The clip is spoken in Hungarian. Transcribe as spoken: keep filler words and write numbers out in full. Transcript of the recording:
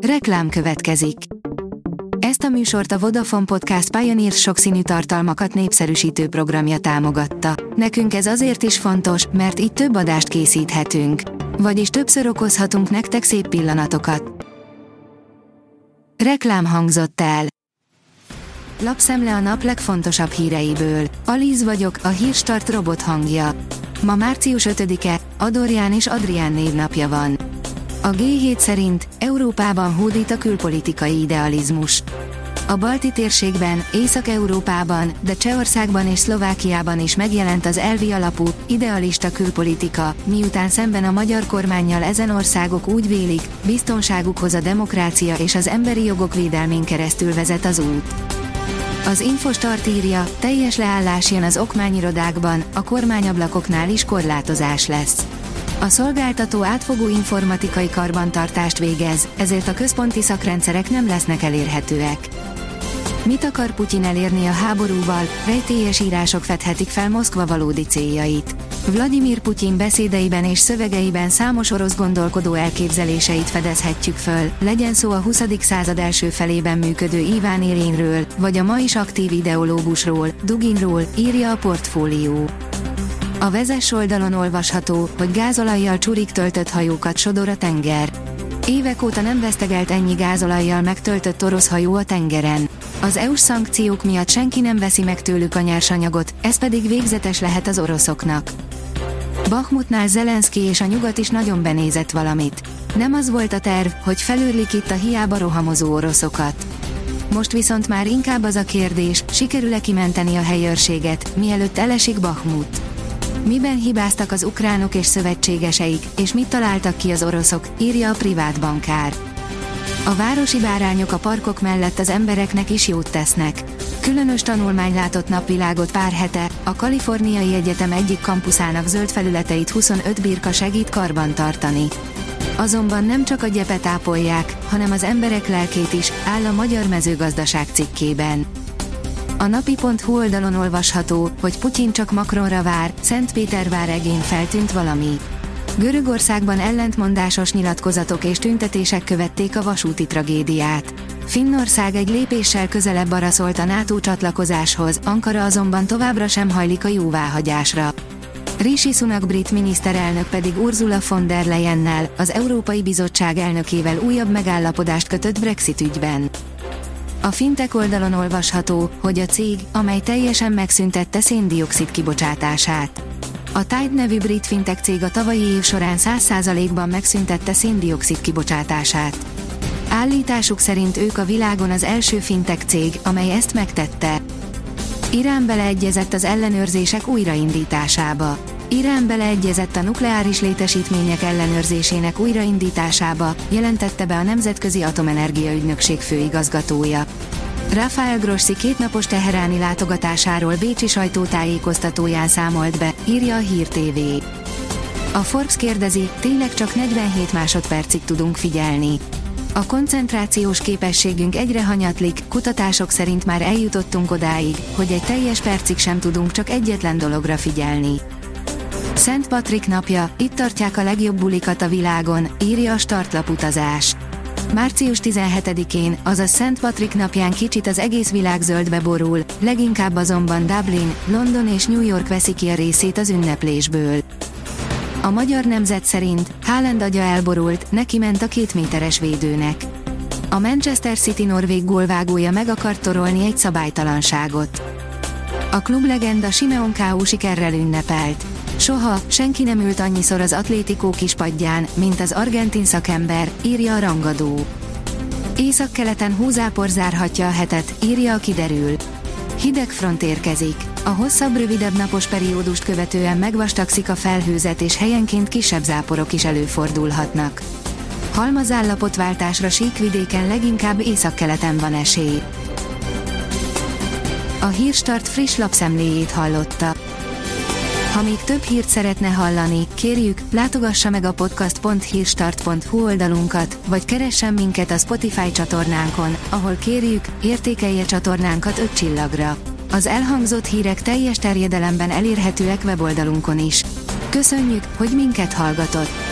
Reklám következik. Ezt a műsort a Vodafone Podcast Pioneer sokszínű tartalmakat népszerűsítő programja támogatta. Nekünk ez azért is fontos, mert így több adást készíthetünk. Vagyis többször okozhatunk nektek szép pillanatokat. Reklám hangzott el. Lapszemle a nap legfontosabb híreiből. Alíz vagyok, a Hírstart robot hangja. Ma március ötödike, Adorján és Adrián névnapja van. A gé hét szerint Európában hódít a külpolitikai idealizmus. A balti térségben, Észak-Európában, de Csehországban és Szlovákiában is megjelent az elvi alapú, idealista külpolitika, miután szemben a magyar kormánnyal ezen országok úgy vélik, biztonságukhoz a demokrácia és az emberi jogok védelmén keresztül vezet az út. Az Infostart írja, teljes leállás jön az okmányirodákban, a kormányablakoknál is korlátozás lesz. A szolgáltató átfogó informatikai karbantartást végez, ezért a központi szakrendszerek nem lesznek elérhetőek. Mit akar Putyin elérni a háborúval? Rejtélyes írások fedhetik fel Moszkva valódi céljait. Vladimir Putyin beszédeiben és szövegeiben számos orosz gondolkodó elképzeléseit fedezhetjük föl, legyen szó a huszadik század első felében működő Iván Iljinről, vagy a ma is aktív ideológusról, Duginról, írja a Portfólió. A Vezess oldalon olvasható, hogy gázolajjal csurig töltött hajókat sodor a tenger. Évek óta nem vesztegelt ennyi gázolajjal megtöltött orosz hajó a tengeren. Az é u-s szankciók miatt senki nem veszi meg tőlük a nyersanyagot, ez pedig végzetes lehet az oroszoknak. Bahmutnál Zelenszky és a nyugat is nagyon benézett valamit. Nem az volt a terv, hogy felőrlik itt a hiába rohamozó oroszokat. Most viszont már inkább az a kérdés, sikerül-e kimenteni a helyőrséget, mielőtt elesik Bahmut. Miben hibáztak az ukránok és szövetségeseik, és mit találtak ki az oroszok, írja a privát bankár. A városi bárányok a parkok mellett az embereknek is jót tesznek. Különös tanulmány látott napvilágot pár hete, a Kaliforniai Egyetem egyik kampuszának zöld felületeit huszonöt birka segít karbantartani. Azonban nem csak a gyepet ápolják, hanem az emberek lelkét is, áll a Magyar Mezőgazdaság cikkében. A napi pont hu oldalon olvasható, hogy Putyin csak Macronra vár, Szentpétervár-egén feltűnt valami. Görögországban ellentmondásos nyilatkozatok és tüntetések követték a vasúti tragédiát. Finnország egy lépéssel közelebb araszolt a NATO csatlakozáshoz, Ankara azonban továbbra sem hajlik a jóváhagyásra. Rishi Sunak brit miniszterelnök pedig Ursula von der Leyennel, az Európai Bizottság elnökével újabb megállapodást kötött Brexit ügyben. A Fintech oldalon olvasható, hogy a cég, amely teljesen megszüntette szén-dioxid kibocsátását. A Tide nevű brit fintech cég a tavalyi év során száz százalékban megszüntette szén-dioxid kibocsátását. Állításuk szerint ők a világon az első fintech cég, amely ezt megtette. Irán beleegyezett az ellenőrzések újraindításába. Irán beleegyezett a nukleáris létesítmények ellenőrzésének újraindításába, jelentette be a Nemzetközi Atomenergia Ügynökség főigazgatója. Rafael Grossi kétnapos teheráni látogatásáról bécsi sajtótájékoztatóján számolt be, írja a Hír té vé. A Forbes kérdezi, tényleg csak negyvenhét másodpercig tudunk figyelni. A koncentrációs képességünk egyre hanyatlik, kutatások szerint már eljutottunk odáig, hogy egy teljes percig sem tudunk csak egyetlen dologra figyelni. Szent Patrik napja, itt tartják a legjobb bulikat a világon, írja a Startlap utazás. március tizenhetedikén, azaz Szent Patrik napján kicsit az egész világ zöldbe borul, leginkább azonban Dublin, London és New York veszi ki a részét az ünneplésből. A Magyar Nemzet szerint Haaland agya elborult, neki ment a két méteres védőnek. A Manchester City norvég gólvágója meg akart torolni egy szabálytalanságot. A klublegenda Simeon Ká ó sikerrel ünnepelt. Soha, senki nem ült annyiszor az Atlético kispadján, mint az argentin szakember, írja a rangadó. Északkeleten hózápor zárhatja a hetet, írja a Kiderül. Hideg front érkezik. A hosszabb, rövidebb napos periódust követően megvastagszik a felhőzet és helyenként kisebb záporok is előfordulhatnak. Halmazállapotváltásra síkvidéken leginkább északkeleten van esély. A Hírstart friss lapszemléjét hallotta. Ha még több hírt szeretne hallani, kérjük, látogassa meg a podcast pont hírstart pont hu oldalunkat, vagy keressen minket a Spotify csatornánkon, ahol kérjük, értékelje csatornánkat öt csillagra. Az elhangzott hírek teljes terjedelemben elérhetőek weboldalunkon is. Köszönjük, hogy minket hallgatott!